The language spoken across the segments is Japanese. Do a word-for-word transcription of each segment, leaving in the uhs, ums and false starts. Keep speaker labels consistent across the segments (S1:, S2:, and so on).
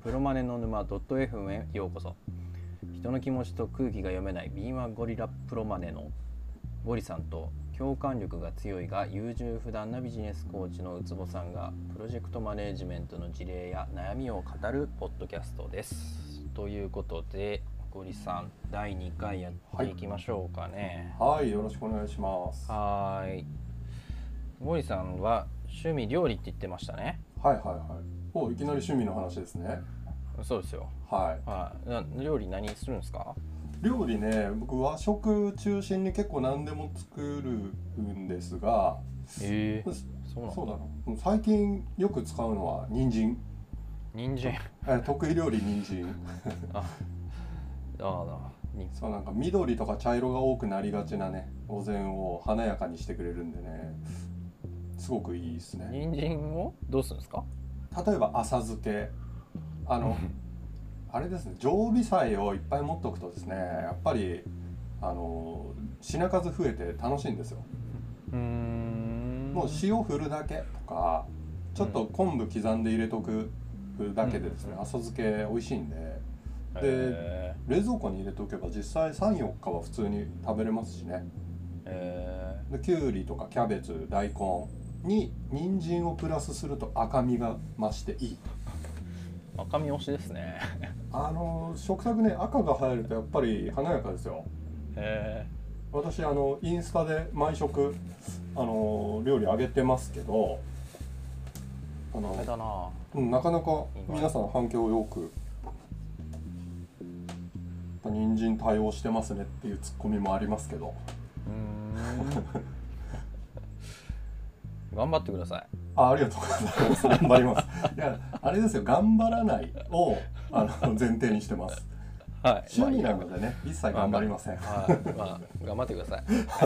S1: プロマネの沼 .エフエム へようこそ。人の気持ちと空気が読めない敏腕ゴリラプロマネのゴリさんと、共感力が強いが優柔不断なビジネスコーチのウツボさんがプロジェクトマネージメントの事例や悩みを語るポッドキャストです。ということで、ゴリさんだいにかいやっていきましょうかね。
S2: はい、はい、よろしくお願いします。
S1: はい。ゴリさんは趣味料理って言ってましたね。
S2: はいはいはい。お、いきなり趣味の話ですね。
S1: そうですよ。
S2: はい。
S1: はい。な料理何するんですか？
S2: 料理ね、僕和食中心に結構何でも作るんですが、
S1: えー、そうなんだ。
S2: そうだな。最近よく使うのは人参。
S1: 人参。
S2: え、得意料理人参。
S1: あ、ああ、
S2: そう、なんか緑とか茶色が多くなりがちなね、お膳を華やかにしてくれるんでね、すごくいいですね。
S1: 人参をどうするんですか？
S2: 例えば浅漬け、あのあれですね、常備菜をいっぱい持っておくとですね、やっぱりあの品数増えて楽しいんですよ。
S1: うーん、
S2: もう塩振るだけとか、ちょっと昆布刻んで入れとくだけでですね、うん、浅漬け美味しいんで、で冷蔵庫に入れておけば実際 さんよっかは普通に食べれますしね。できゅうりとかキャベツ、大根に人参をプラスすると赤みが増していい。
S1: 赤み推しですね。
S2: あの食卓ね、赤が入るとやっぱり華やかですよ。
S1: へ
S2: ー私あのインスタで毎食あの料理上げてますけど、あの
S1: だな、
S2: うん、なかなか皆さん反響よく、人参対応してますねっていうツッコミもありますけど、
S1: うーん頑張ってください。
S2: あ、ありがとうございます。頑張ります。いや、あれですよ、頑張らないをあの前提にしてます。はい、趣味なのでね、まあ、一切頑張りません。
S1: まあ、まあ、頑張ってください。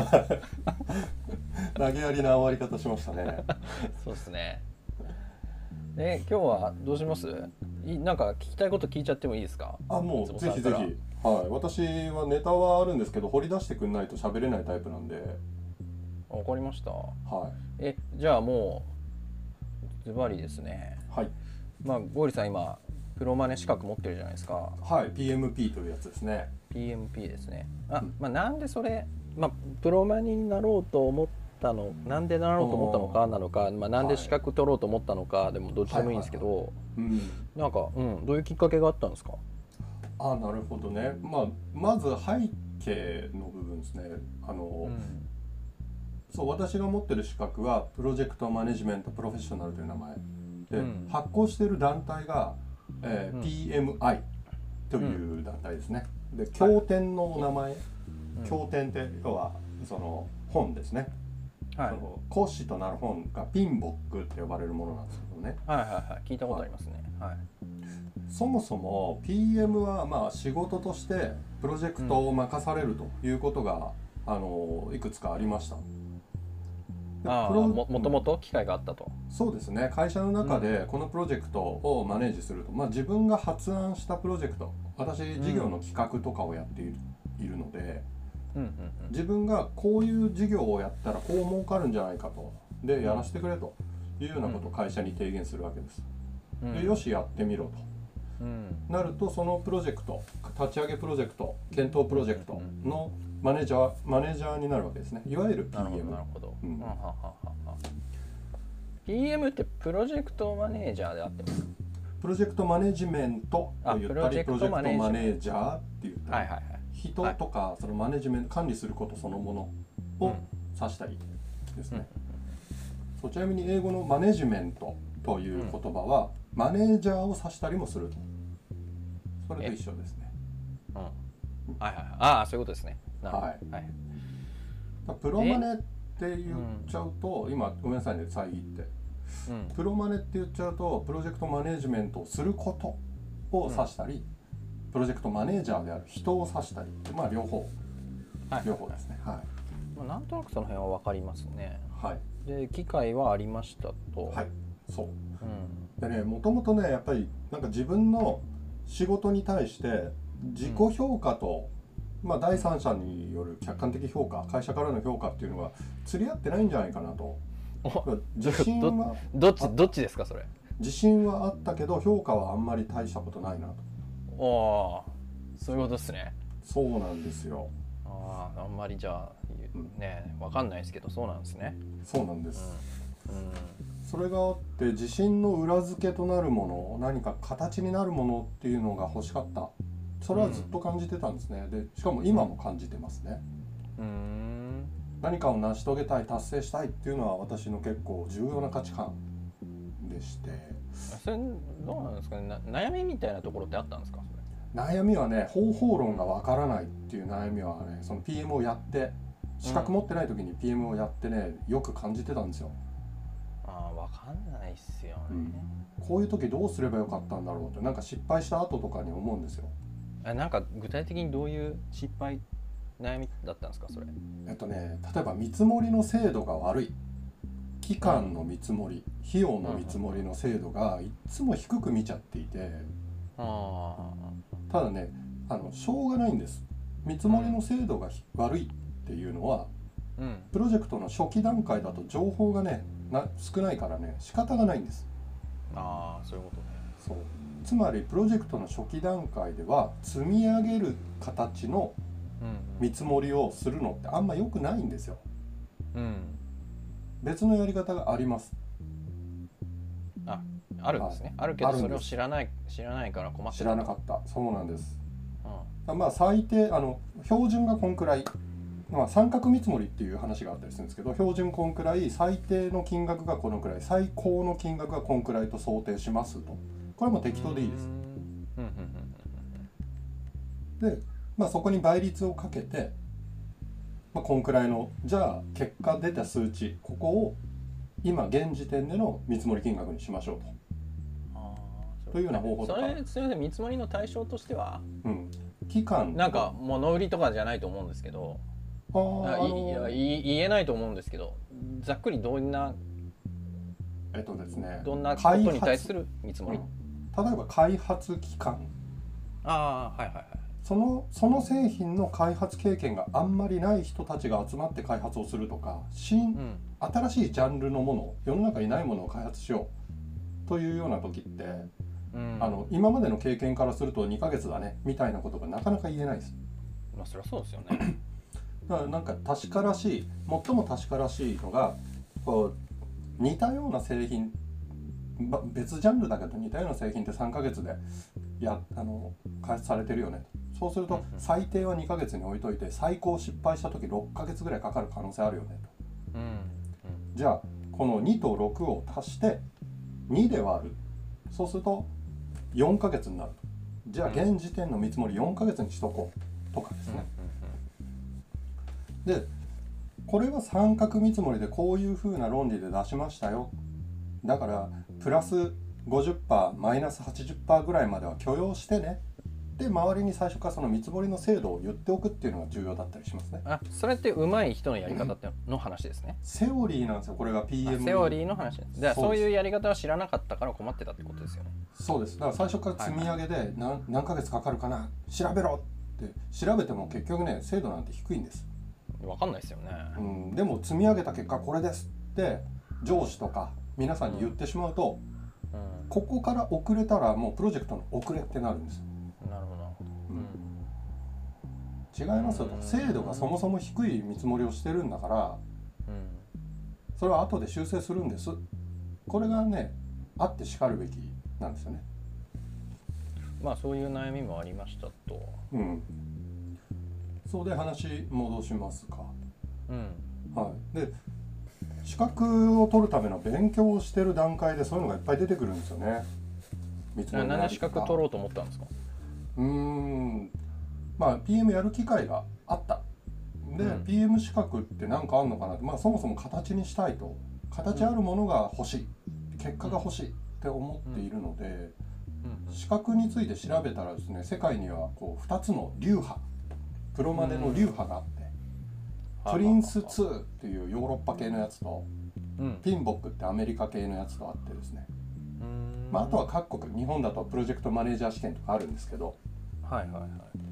S2: 投げやりな終わり方しましたね。
S1: そうですね。で、今日はどうします？いなんか聞きたいこと聞いちゃってもいいですか？
S2: あ、もうぜひぜひ。はい、私はネタはあるんですけど、掘り出してくんないと喋れないタイプなんで。
S1: わかりました。
S2: はい。
S1: え、じゃあもうズバリですね。
S2: はい。
S1: まあゴリさん今プロマネ資格持ってるじゃないですか。
S2: はい、ピーエムピー というやつですね。
S1: ピーエムピー ですね。あ、うん、まあなんでそれ、まあプロマネになろうと思ったの、なんでなろうと思ったのかなのか、まあなんで資格取ろうと思ったのか、はい、でもどっちでもいいんですけど、はいはいはい、うん、なんか、うん、どういうきっかけがあったんですか？
S2: あ、なるほどね。まあまず背景の部分ですね。あの。うん、そう、私が持ってる資格はプロジェクトマネジメントプロフェッショナルという名前で、うん、発行している団体が、えーうん、ピーエムアイ という団体ですね。で、経典の名前、うん、経典って要はその本ですね、はい、その講師となる本がピンボックって呼ばれるものなんですけどね。
S1: はいはいはい、聞いたことありますね。はい、
S2: そもそも ピーエム はまあ仕事としてプロジェクトを任されるということが、うん、あのいくつかありました。
S1: ああ、も, もともと機会があったと。
S2: そうですね。会社の中でこのプロジェクトをマネージすると、うん、まあ自分が発案したプロジェクト、私事業の企画とかをやっている、うん、いるので、うんうんうん、自分がこういう事業をやったらこう儲かるんじゃないかと、でやらせてくれというようなことを会社に提言するわけです。うん、でよしやってみろと、うん、なるとそのプロジェクト、立ち上げプロジェクト、検討プロジェクトのマネージャー、マネージャーになるわけですね。いわゆる ピーエム。
S1: なるほど。うん、はははは ピーエム ってプロジェクトマネージャーであってますか？
S2: プロジェクトマネジメントと言ったり、プロジェクトマネージャーって言ったり、はいはいはい、人とか、はい、そのマネジメント、管理することそのものを指したりですね。うん、そう、ちなみに英語のマネジメントという言葉は、うん、マネージャーを指したりもすると。それと一緒ですね。
S1: うん、はいはい、ああ、そういうことですね。
S2: はい、はい、プロマネって言っちゃうと、今ごめんなさいね、遮って、うん、プロマネって言っちゃうとプロジェクトマネジメントをすることを指したり、うん、プロジェクトマネージャーである人を指したり、まあ両方、はい、両方ですね。はい、
S1: まあ、なんとなくその辺は分かりますね。
S2: はい、
S1: で機会はありましたと。
S2: はい、そう、うん、でね、もともとね、やっぱりなんか自分の仕事に対して自己評価と、うん、まあ、第三者による客観的評価、会社からの評価っていうのが釣り合ってないんじゃないかなと。
S1: 自信は ど, どっちどっちですかそれ？
S2: 自信はあったけど評価はあんまり大したことないなと。
S1: おあ、そういうことですね。
S2: そうなんですよ。
S1: ああ、あんまりじゃあね、わかんないですけど、そうなんですね。
S2: そうなんです、
S1: うん、うん、
S2: それがあって自信の裏付けとなるもの、何か形になるものっていうのが欲しかった。それはずっと感じてたんですね。でしかも今も感じてますね。
S1: うん、
S2: 何かを成し遂げたい、達成したいっていうのは私の結構重要な価値観でして。
S1: それどうなんですかね、な悩みみたいなところってあったんですか？それ
S2: 悩みはね、方法論がわからないっていう悩みはね、その ピーエム をやって資格持ってない時に ピーエム をやってね、よく感じてたんですよ。
S1: ああ、わかんないっすよね、
S2: うん、こういう時どうすればよかったんだろうって、なんか失敗した後とかに思うんですよ。
S1: え、なんか具体的にどういう失敗悩みだったんですか、それ。
S2: えっとね、例えば見積もりの精度が悪い、期間の見積もり、費用の見積もりの精度がいつも低く見ちゃっていて、
S1: あ
S2: ただね、あのしょうがないんです。見積もりの精度が悪いっていうのは、うん、プロジェクトの初期段階だと情報がねな少ないからね、仕方がないんです。
S1: ああ、そういうことね。
S2: そう、つまりプロジェクトの初期段階では積み上げる形の見積もりをするのってあんま良くないんですよ。うん、別のやり方があります。
S1: あ、あるんですね。あるけどそれを知らない知らないから困ってた。
S2: 知らなかった。そうなんです。うん、まあ最低あの標準がこんくらい、まあ、三角見積もりっていう話があったりするんですけど、標準こんくらい、最低の金額がこのくらい、最高の金額がこんくらいと想定しますと。これも適当でいいです。で、まあ、そこに倍率をかけて、まあ、こんくらいのじゃあ結果出た数値、ここを今現時点での見積もり金額にしましょうと。あというような方法とか。
S1: それすみません、見積もりの対象としては、
S2: うん、期間
S1: なんか物売りとかじゃないと思うんですけど、ああいや言えないと思うんですけど、ざっくりどんな
S2: えっとですね
S1: どんなことに対する見積もり、
S2: うん、例えば開発期間、
S1: ああはいはいはい、
S2: そのその製品の開発経験があんまりない人たちが集まって開発をするとか、新、うん、新しいジャンルのもの、世の中にないものを開発しようというような時って、うん、あの今までの経験からするとにかげつだねみたいなことがなかなか言えないです。
S1: まあそりゃそうですよね。
S2: だからなんか確からしい、最も確からしいのが、こう似たような製品、別ジャンルだけど似たような製品ってさんかげつでやあの開発されてるよねと。そうすると最低はにかげつに置いといて、最高失敗した時ろっかげつぐらいかかる可能性あるよねと。うんうん、じゃあこのにとろくを足してにで割る。そうするとよんかげつになると。じゃあ現時点の見積もりよんかげつにしとこうとかですね。でこれは三角見積もりでこういう風な論理で出しましたよ。だからプラス ごじゅっパーセント マイナス はちじゅっパーセント ぐらいまでは許容してね。で周りに最初からその見積もりの精度を言っておくっていうのが重要だったりしますね。
S1: あ、それって上手い人のやり方っての話ですね。
S2: セオリーなんですよ。これが ピーエム。
S1: セオリーの話です。ではそういうやり方は知らなかったから困ってたってことですよね。
S2: そうです。だから最初から積み上げで何、はい、何ヶ月かかるかな、調べろって調べても結局ね精度なんて低いんです。
S1: 分かんないですよね。
S2: うん、でも積み上げた結果これですって上司とか皆さんに言ってしまうと、うんうん、ここから遅れたらもうプロジェクトの遅れってなるんですよ。
S1: なるほど。
S2: 違いますよと、精度がそもそも低い見積もりをしてるんだから、うん、それは後で修正するんです。これがねあってしかるべきなんですよね。
S1: まあそういう悩みもありましたと。
S2: うん。そうで話戻しますか。うん。はい。で資格を取るための勉強をしてる段階でそういうのがいっぱい出てくるんですよね。
S1: 見積もりのやり方。なんで資格取ろうと思ったんですか。
S2: うーん。まあ、ピーエム やる機会があった。で、うん、ピーエム 資格って何かあるのかなって、まあ、そもそも形にしたいと。形あるものが欲しい。結果が欲しいって思っているので、うん、資格について調べたらですね、世界にはこうふたつの流派、プロマネの流派があって、うん、プリンスツーっていうヨーロッパ系のやつと、うん、ピンボックってアメリカ系のやつとあってですね、まあ、あとは各国、日本だとプロジェクトマネージャー試験とかあるんですけど、はいはいはい。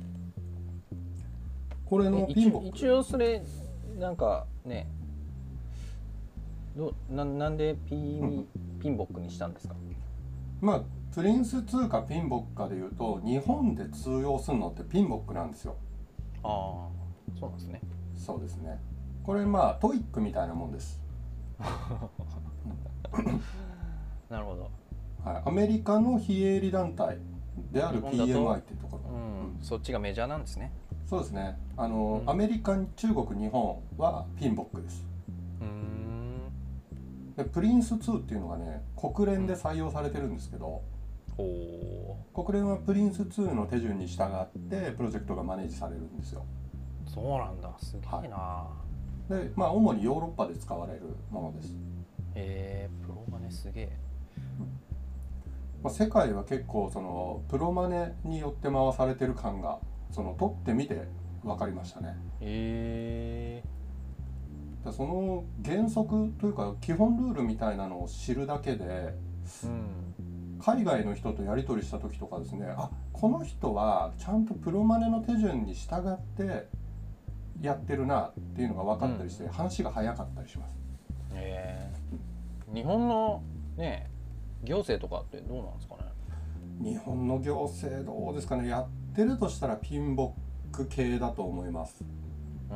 S2: これのピンボック
S1: 一応それなんかね、ど な, なんでピン、ピンボックにしたんですか。
S2: まあプリンスツーかピンボックかでいうと日本で通用するのってピンボックなんですよ。
S1: ああ、そうなんですね。
S2: そうですね。これまあトイックみたいなもんです。
S1: なるほど。
S2: はい、アメリカの非営利団体である ピーエムアイ っていうところ、
S1: うん
S2: うん、
S1: そっちがメジャーなんですね。
S2: そうですね。あの、
S1: うん、
S2: アメリカ、中国、日本はピンボックです。
S1: うーん。
S2: でプリンスツーっていうのがね国連で採用されてるんですけど、
S1: うん、
S2: 国連はプリンスツーの手順に従ってプロジェクトがマネージされるんですよ。
S1: そうなんだ、すげえな、
S2: はい、でまあ主にヨーロッパで使われるものです。
S1: へえー、プロマネすげえ、
S2: まあ、世界は結構そのプロマネによって回されてる感がその取ってみて分かりましたね。
S1: へえ
S2: ー、その原則というか基本ルールみたいなのを知るだけで、うん、海外の人とやり取りした時とかですね、あ、この人はちゃんとプロマネの手順に従ってやってるなっていうのが分かったりして、うん、話が早かったりします。
S1: へえー、日本のね行政とかってどうなんですかね。
S2: 日本の行政どうですかね。やってるとしたらピンボック系だと思います。
S1: うん、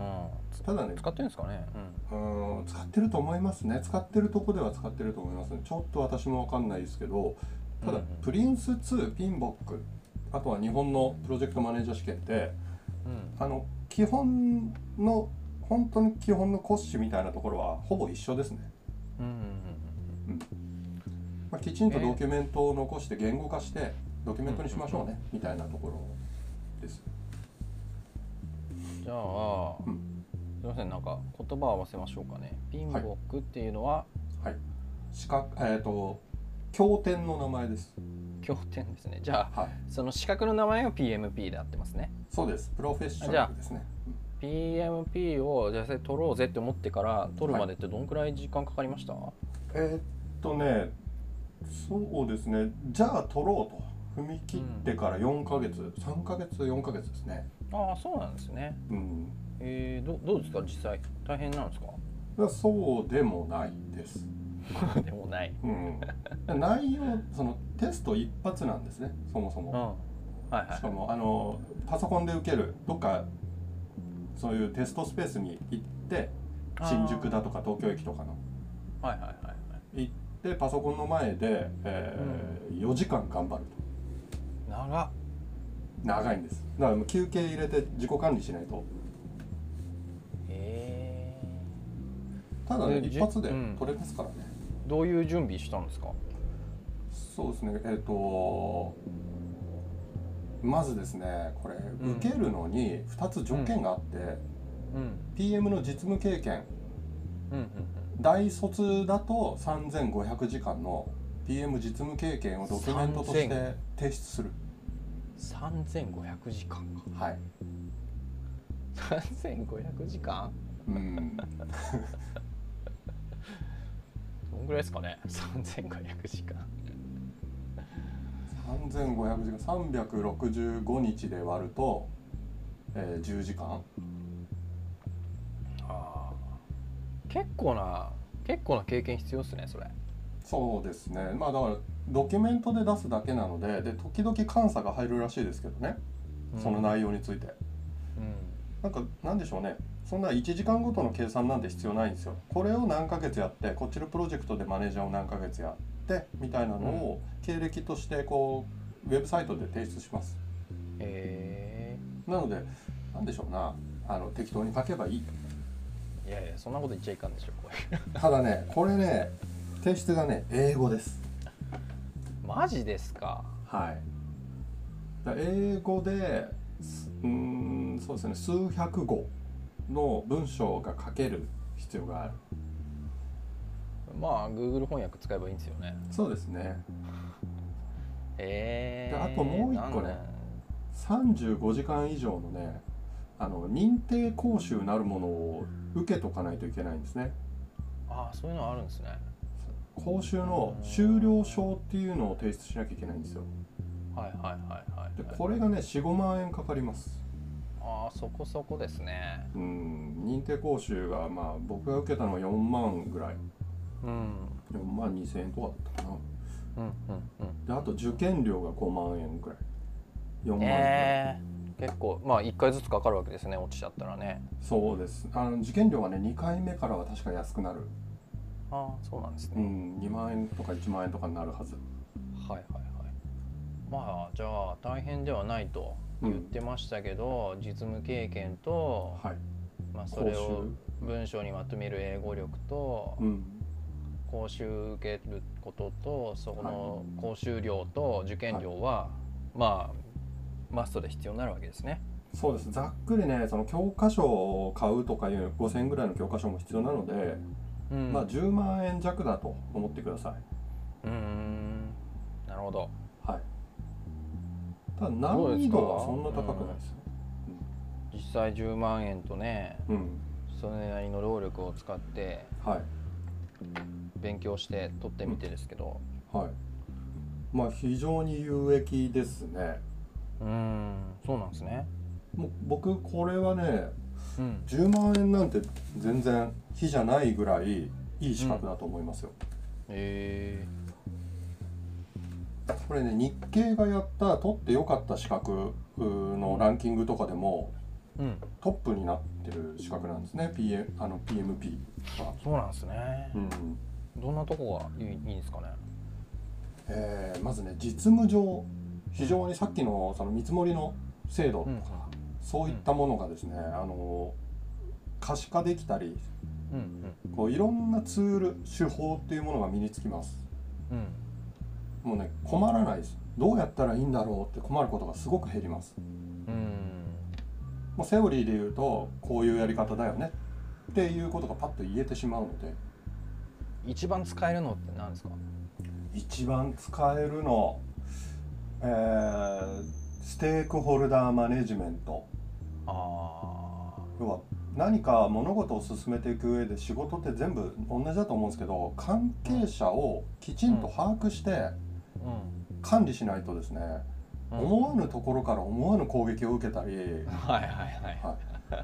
S2: ただね、
S1: 使ってるんですかね。
S2: うん、うん、使ってると思いますね。使ってるとこでは使ってると思いますね。ちょっと私も分かんないですけど、ただ、うんうん、プリンスツー、ピンボック、あとは日本のプロジェクトマネージャー試験って、うん、あの基本の本当に基本の骨子みたいなところはほぼ一緒ですね。うんうんうんうん、まあ、きちんとドキュメントを残して言語化してドキュメントにしましょうね、みたいなところです。
S1: じゃあ、うん、すいません、なんか言葉を合わせましょうかね。ピンボックっていうのは、
S2: はい、資格、えーと、経典の名前です。
S1: 経典ですね。じゃあ、はい、その資格の名前は ピーエムピー で合ってますね。
S2: そうです。プロフェッショナルですね。
S1: ピーエムピー をじゃあ取ろうぜって思ってから取るまでってどんくらい時間かかりました？はい、
S2: えー、っとね、そうですね。じゃあ取ろうと踏み切ってからよんかげつ、うん、さんかげつよんかげつですね。
S1: ああ、そうなんですね。うん、えー、ど, どうですか実際大変なんですか？
S2: そうでもないです。
S1: でもない、
S2: うん、内容そのテスト一発なんですね、そもそも。うん、はいはい、しかもあのパソコンで受けるどっかそういうテストスペースに行って新宿だとか東京駅とかの、はいはいはいはい、行ってパソコンの前で、えーうん、よじかん頑張ると。
S1: 長っ。
S2: 長いんです。だから休憩入れて自己管理しないと。
S1: へ
S2: ー、ただね一発で取れますからね。
S1: うん、どういう準備したんですか？
S2: そうですね、えっとまずですね、これ、うん、受けるのにふたつ条件があって、うんうん、ピーエム の実務経験、うんうんうん、大卒だとさんぜんごひゃくじかんの ピーエム 実務経験をドキュメントとして提出する。
S1: さんぜんごひゃくじかんか。はい。さんぜんごひゃくじかん？うん。どんぐらいですかね。さんぜんごひゃくじかん。
S2: さんぜんごひゃくじかん、さんびゃくろくじゅうごにちで割ると、えー、じゅうじかん。
S1: ああ。結構な結構な経験必要ですね、それ。
S2: そうですね。まあだからドキュメントで出すだけなので、で時々監査が入るらしいですけどね。その内容について。うん。なんかなんでしょうね。そんないちじかんごとの計算なんて必要ないんですよ。これを何ヶ月やって、こっちのプロジェクトでマネージャーを何ヶ月やってみたいなのを経歴としてこうウェブサイトで提出します。へえ。なのでなんでしょうな。あの適当に書けばいい。
S1: いやいや、そんなこと言っちゃいかんでしょこれ。
S2: ただね、これね、提出がね英語です。
S1: マジですか？
S2: はい。だ英語で、うーん、そうですね、数百語の文章が書ける必要がある。
S1: まあ Google 翻訳使えばいいんですよね。
S2: そうですね。
S1: えー、
S2: であともう一個ね、さんじゅうごじかん以上のね、あの認定講習なるものを受けとかないといけないんですね。
S1: ああ、そういうのあるんですね。
S2: 講習の修了証っていうのを提出しなきゃいけないんですよ。
S1: はいはいはいはい。
S2: でこれがね よん、ごまんえんかかります。
S1: ああ、そこそこですね。
S2: うん、認定講習がまあ僕が受けたのはよんまんぐらい。うん。よんまんにせんえんとかだったかな。
S1: うんうんうん、
S2: であと受験料がごまんえんくらい、よんまんえんくらい、
S1: えー、結構まあいっかいずつかかるわけですね、落ちちゃったらね。
S2: そうです。あの受験料はねにかいめからは確か安くなる。
S1: ああそうなんですね、
S2: うん、にまんえんとかいちまんえんとかになるはず。
S1: はいはいはい。まあじゃあ大変ではないと言ってましたけど、うん、実務経験と、はい、まあ、それを文章にまとめる英語力と、うん、講習受けることとその講習料と受験料は、はい、まあマストで必要になるわけですね。
S2: そうです。ざっくりね、その教科書を買うとかいうごせんえんぐらいの教科書も必要なので、うん、まあじゅうまんえん弱だと思ってください。
S1: うーん、なるほど。
S2: はい。ただ難易度はそんな高くないですよ。
S1: うん、実際じゅうまんえんとね、うん、それなりの労力を使って、はい、勉強して取ってみてですけど、
S2: うん、はい。まあ非常に有益ですね。
S1: うーん、そうなんですね。
S2: もう僕これはね、うん、じゅうまんえんなんて全然比じゃないぐらいいい資格だと思いますよ。うん、へー。これね、日経がやった取ってよかった資格のランキングとかでも、うん、トップになってる資格なんですね。 ピーエム、あの ピーエムピー は。
S1: そうなんですね、うん、どんなとこがいい、いいんですかね。
S2: えー、まずね、実務上非常にさっきのその見積もりの制度とか、うん、そういったものがですね、あの可視化できたり、うんうん、こういろんなツール手法っていうものが身につきます、うん、もうね困らないです。どうやったらいいんだろうって困ることがすごく減ります、うん、もうセオリーで言うとこういうやり方だよねっていうことがパッと言えてしまうので。
S1: 一番使えるのって何ですか？
S2: 一番使えるの、えー、ステークホルダーマネジメント。あ、要は何か物事を進めていく上で仕事って全部同じだと思うんですけど、関係者をきちんと把握して管理しないとですね、うん、思わぬところから思わぬ攻撃を受けたり、はいはいはい、はい、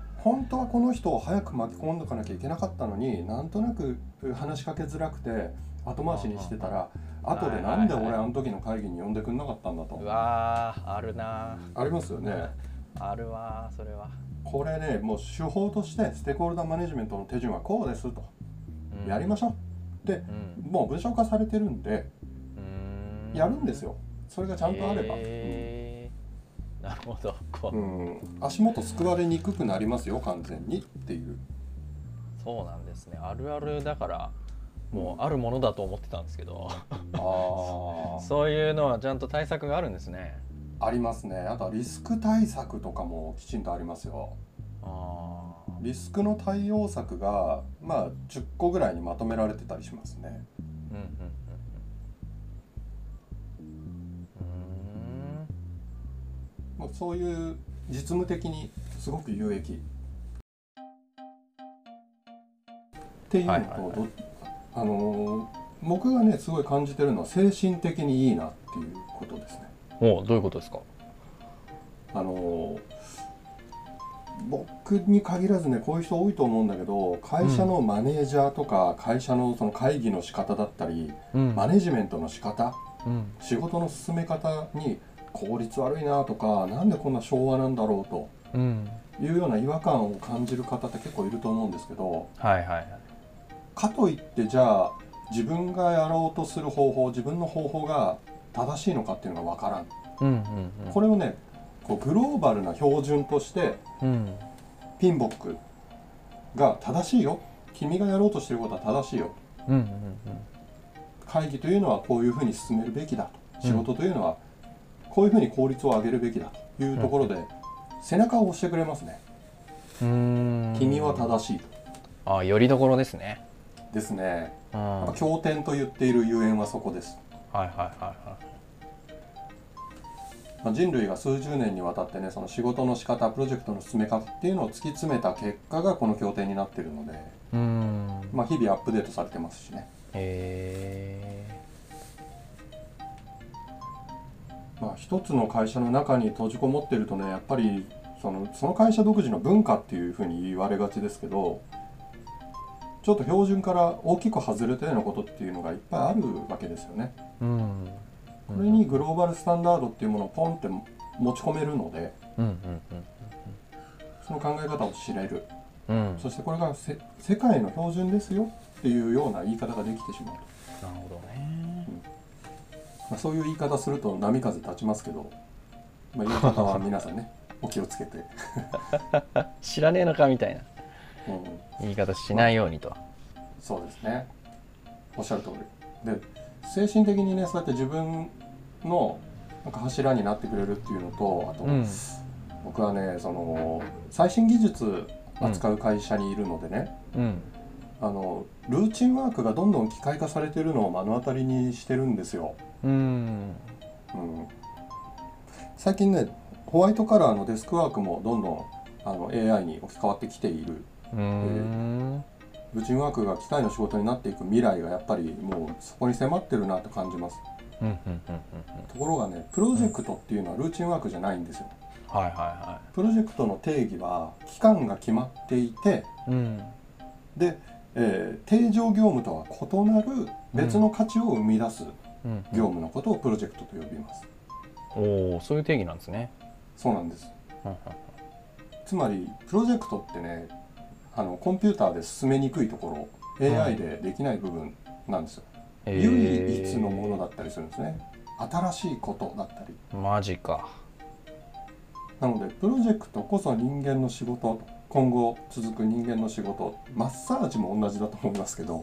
S2: 本当はこの人を早く巻き込んでおかなきゃいけなかったのに、なんとなく話しかけづらくて後回しにしてたら、後でなんで俺あの時の会議に呼んでくんなかったんだと。
S1: うわー、あるな。
S2: ありますよね。
S1: あるわ、それは。
S2: これね、もう手法としてステークホルダーマネジメントの手順はこうですと、うん、やりましょうで、うん、もう文章化されてるんで、うん、やるんですよ。それがちゃんとあれば、
S1: えーうん、なるほどこう、
S2: うん、足元すくわれにくくなりますよ完全にっていう。
S1: そうなんですね。あるあるだからもうあるものだと思ってたんですけど、あそういうのはちゃんと対策があるんですね。
S2: ありますね。あとはリスク対策とかもきちんとありますよ。あ、リスクの対応策がまあじゅっこぐらいにまとめられてたりしますね。うんうんうんうん。もうそういう実務的にすごく有益っていうのと、はいはいはい、あの僕がねすごい感じてるのは精神的にいいなっていうことですね。
S1: お、どういうことですか？
S2: あの僕に限らずね、こういう人多いと思うんだけど、会社のマネージャーとか、うん、会社のその会議の仕方だったり、うん、マネジメントの仕方、うん、仕事の進め方に効率悪いなとか、なんでこんな昭和なんだろうと、うん、いうような違和感を感じる方って結構いると思うんですけど、はいはいはい、かといってじゃあ自分がやろうとする方法、自分の方法が正しいのかっていうのが分からん、うんうんうん、これをねこうグローバルな標準として、うん、ピンボックが正しいよ、君がやろうとしていることは正しいよ、うんうんうん、会議というのはこういうふうに進めるべきだと、仕事というのはこういうふうに効率を上げるべきだというところで、うん、背中を押してくれますね。うーん、君は正しいと。
S1: あ、よりどころですね。
S2: ですね。やっぱ経典と言っているゆえんはそこです。はいはいはいはい。まあ、人類が数十年にわたってね、その仕事の仕方、プロジェクトの進め方っていうのを突き詰めた結果がこの経典になっているので、うーん、まあ、日々アップデートされてますしね。へー。まあ、一つの会社の中に閉じこもってるとね、やっぱりその、その会社独自の文化っていうふうに言われがちですけど、 ちょっと標準から大きく外れたようなことっていうのがいっぱいあるわけですよね。
S1: うん、
S2: これにグローバルスタンダードっていうものをポンって持ち込めるので、
S1: うんうんうん、
S2: その考え方を知れる、
S1: うん、
S2: そしてこれがせ世界の標準ですよっていうような言い方ができてしまう
S1: と。なるほどね、
S2: うんまあ、そういう言い方すると波風立ちますけど、まあ、言い方は皆さんねお気をつけて
S1: 知らねえのかみたいな、
S2: うん、
S1: 言い方しないようにと、ま
S2: あ、そうですね、おっしゃる通りで、精神的にねそうやって自分のなんか柱になってくれるっていうのと、あと、うん、僕はねその最新技術扱う会社にいるのでね、うん、あのルーチンワークがどんどん機械化されてるのを目の当たりにしてるんですよ、うんうん、最近ねホワイトカラーのデスクワークもどんどんあの エーアイ に置き換わってきている、うん、ルーチンワークが機械の仕事になっていく未来がやっぱりもうそこに迫ってるなと感じます、うんうんうんうん、ところがねプロジェクトっていうのはルーチンワークじゃないんですよ、はいはいはい、プロジェクトの定義は期間が決まっていて、うん、で、えー、定常業務とは異なる別の価値を生み出す業務のことをプロジェクトと呼びます、
S1: うんうん、おー、そういう定義なんですね。
S2: そうなんです、うんうん、つまりプロジェクトってねあのコンピューターで進めにくいところ エーアイ でできない部分なんですよ、うん、唯一のものだったりするんですね。新しいことだったり。
S1: マジか。
S2: なのでプロジェクトこそ人間の仕事、今後続く人間の仕事、マッサージも同じだと思いますけど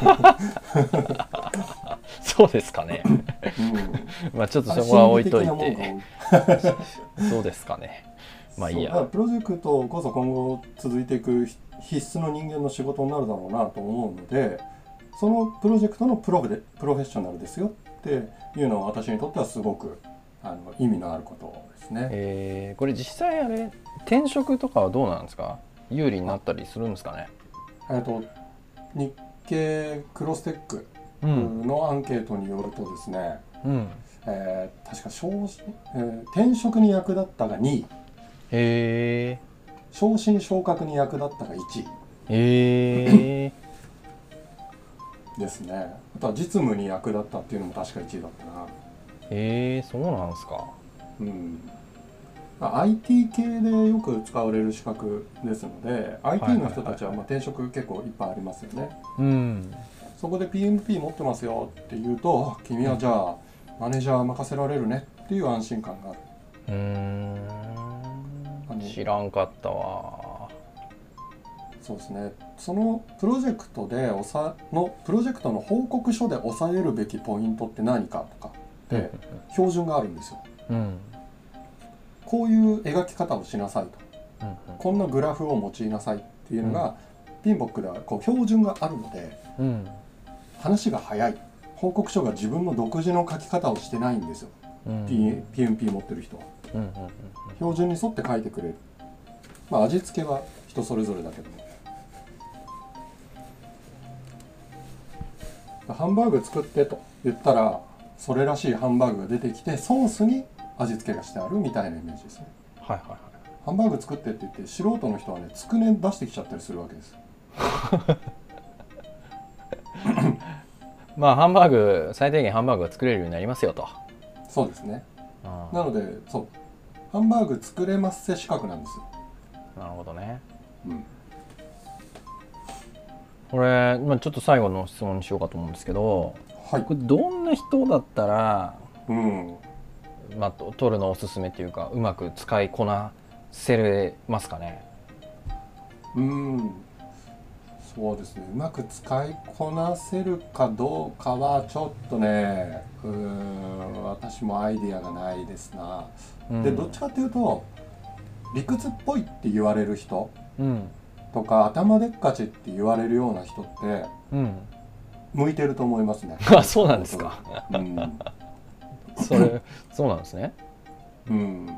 S1: そうですかね、うん、まあちょっとそこは置いといてそうですかね、まあいいや。
S2: プロジェクトこそ今後続いていく必須の人間の仕事になるだろうなと思うので、そのプロジェクトのプロでプロフェッショナルですよっていうのは私にとってはすごくあの意味のあることですね。
S1: えー、これ実際あれ転職とかはどうなんですか？有利になったりするんですかね？
S2: えっと日経クロステックのアンケートによるとですね、うんえー、確か昇、えー、転職に役立ったがにい、
S1: へー、
S2: 昇進昇格に役立ったがいちい、
S1: へ
S2: ーですね。あとは実務に役立ったっていうのも確かいちいだったな。
S1: へー、そうなんですか。
S2: うん、アイティー 系でよく使われる資格ですので、 アイティー の人たちはまあ転職結構いっぱいありますよね、うん、そこで ピーエムピー 持ってますよって言うと、君はじゃあマネージャー任せられるねっていう安心感がある。
S1: うーん、あの知らんかったわ。
S2: そうですね。そのプロジェクトでおさのプロジェクトの報告書で押さえるべきポイントって何かとかって標準があるんですよ、うん、こういう描き方をしなさいと、うんうん、こんなグラフを用いなさいっていうのが、うん、ピンボックではこう標準があるので、うん、話が早い。報告書が自分の独自の書き方をしてないんですよ、うん、ピーエムピー 持ってる人は、うんうんうんうん、標準に沿って書いてくれる。まあ味付けは人それぞれだけども、ハンバーグ作ってと言ったらそれらしいハンバーグが出てきて、ソースに味付けがしてあるみたいなイメージですね。はいはいはい。ハンバーグ作ってって言って素人の人はねつくね出してきちゃったりするわけです
S1: まあハンバーグ最低限ハンバーグが作れるようになりますよと。
S2: そうですね。なのでそうハンバーグ作れますせ資格なんですよ。
S1: なるほどね。うん。これ、まあ、ちょっと最後の質問にしようかと思うんですけど、はい、これどんな人だったら、うんまあ、取るのおすすめっていうかうまく使いこなせれますかね？
S2: うん、そうですね。うまく使いこなせるかどうかはちょっとね、うーん私もアイディアがないですな、うん、でどっちかっていうと理屈っぽいって言われる人、うんとか頭でっかちって言われるような人って、うん、向いてると思いますね。
S1: あ、そうなんですか。うん、それそうなんですね。うん、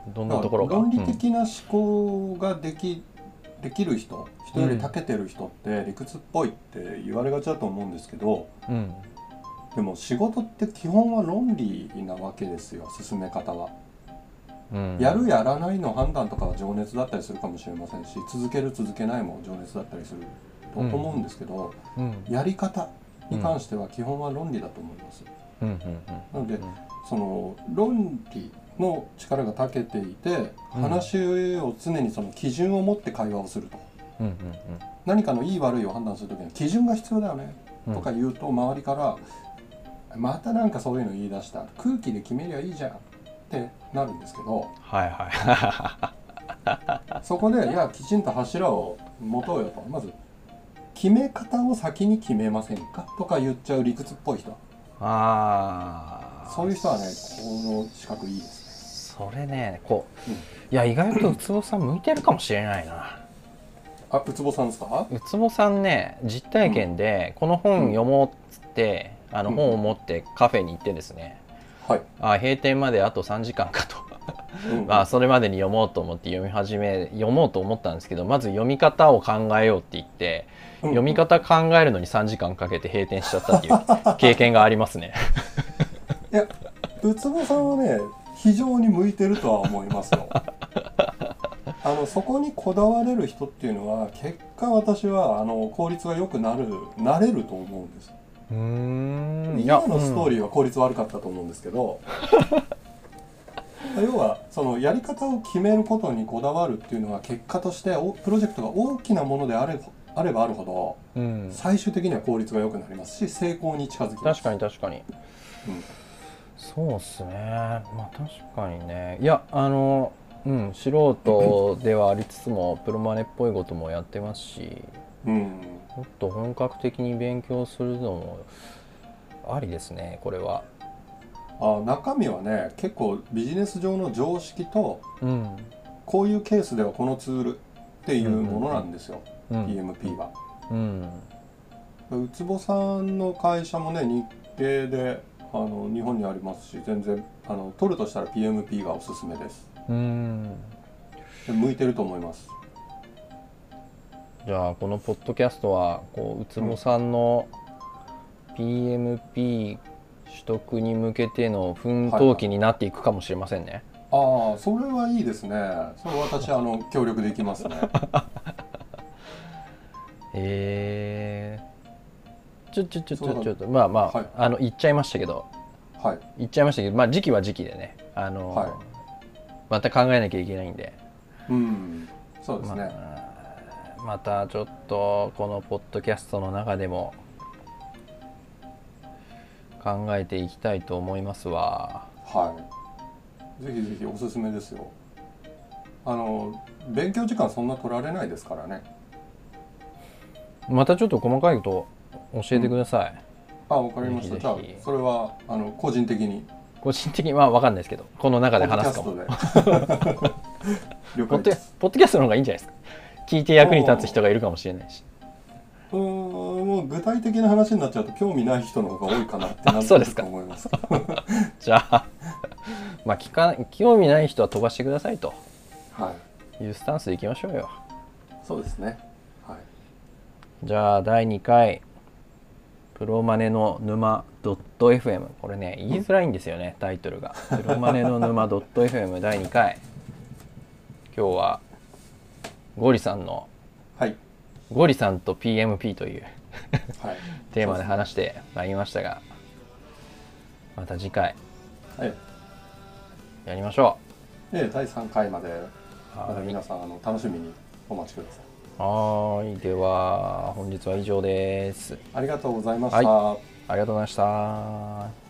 S1: どんなところが
S2: 論理的な思考ができ、うん、できる人、人より長けてる人って理屈っぽいって言われがちだと思うんですけど、うん、でも仕事って基本は論理なわけですよ。進め方は。うん、やるやらないの判断とかは情熱だったりするかもしれませんし、続ける続けないも情熱だったりすると思うんですけど、うん、やり方に関しては基本は論理だと思います。うんうんうん、なのでその論理の力が長けていて、話を常にその基準を持って会話をすると、うんうんうん、何かのいい悪いを判断するときには基準が必要だよね、うん、とか言うと周りからまたなんかそういうの言い出した、空気で決めりゃいいじゃんってなるんですけど、はいはい、そこでいやきちんと柱を持とうよと、まず決め方を先に決めませんかとか言っちゃう理屈っぽい人、あそういう人はねこの資格いいです
S1: ね。それねこう、うん、いや意外とウツボさん向いてるかもしれないな。
S2: あ、ウツボさんですか？
S1: ウツボさんね実体験でこの本読もうっつって、うん、あの本を持ってカフェに行ってですね、うん、はい、あ閉店まであとさんじかんかとうん、まあそれまでに読もうと思って読み始め読もうと思ったんですけど、まず読み方を考えようって言って、うん、読み方考えるのにさんじかんかけて閉店しちゃったっていう経験がありますね。
S2: いやウツボさんはね非常に向いてるとは思いますよ。あのそこにこだわれる人っていうのは結果私はあの効率が良くなるなれると思うんです。うーん今のストーリーは効率悪かったと思うんですけど、うん、要はそのやり方を決めることにこだわるっていうのは結果としてプロジェクトが大きなものであれあればあるほど、うん、最終的には効率が良くなりますし成功に近づきます。
S1: 確かに確かに、うん、そうっすね。まあ確かにね。いやあのうん、素人ではありつつもプロマネっぽいこともやってますし、うん、もっと本格的に勉強するのもありですねこれは。
S2: あ中身はね結構ビジネス上の常識と、うん、こういうケースではこのツールっていうものなんですよ、うんうん、ピーエムピー は。うん、ウツボさんの会社もね日系であの日本にありますし全然あの取るとしたら ピーエムピー がおすすめです。うん向いてると思います。
S1: じゃあこのポッドキャストはこうウツボさんの ピーエムピー 取得に向けての奮闘期になっていくかもしれませんね。
S2: はいはい、ああそれはいいですね。それ私あの協力できますね。
S1: えー、ちょちょちょちょちょっとまあまあ、はい、あの言っちゃいましたけど、はい、言っちゃいましたけどまあ時期は時期でねあの、はい、また考えなきゃいけないんで、うん、そうですね。ま、またちょっとこのポッドキャストの中でも考えていきたいと思いますわ。
S2: はい。ぜひぜひおすすめですよ。あの勉強時間そんな取られないですからね。
S1: またちょっと細かいこと教えてください。
S2: うん、あ、わかりました。じゃあそれはあの個人的に。
S1: 個人的には分かんないですけどこの中で話すかも。ポッドキャストの方がいいんじゃないですか。聞いて役に立つ人がいるかもしれないし。
S2: うーんもう具体的な話になっちゃうと興味ない人の方が多いかなってなると思います。
S1: じゃあ、まあ聞か興味ない人は飛ばしてくださいと、はい、いうスタンスでいきましょうよ。
S2: そうですね。はい。
S1: じゃあだいにかいプロマネの沼 .fm これね言いづらいんですよねタイトルが。プロマネの沼 .fm だいにかい今日はゴリさんの、はい、ゴリさんと ピーエムピー という、はい、テーマで話してまいりましたがまた次回、はい、やりましょ
S2: う。ええ、だいさんかいまでまた皆さんあの楽しみにお待ちください。
S1: はい、では本日は以上です。
S2: ありがとうございました。
S1: はい、ありがとうございました。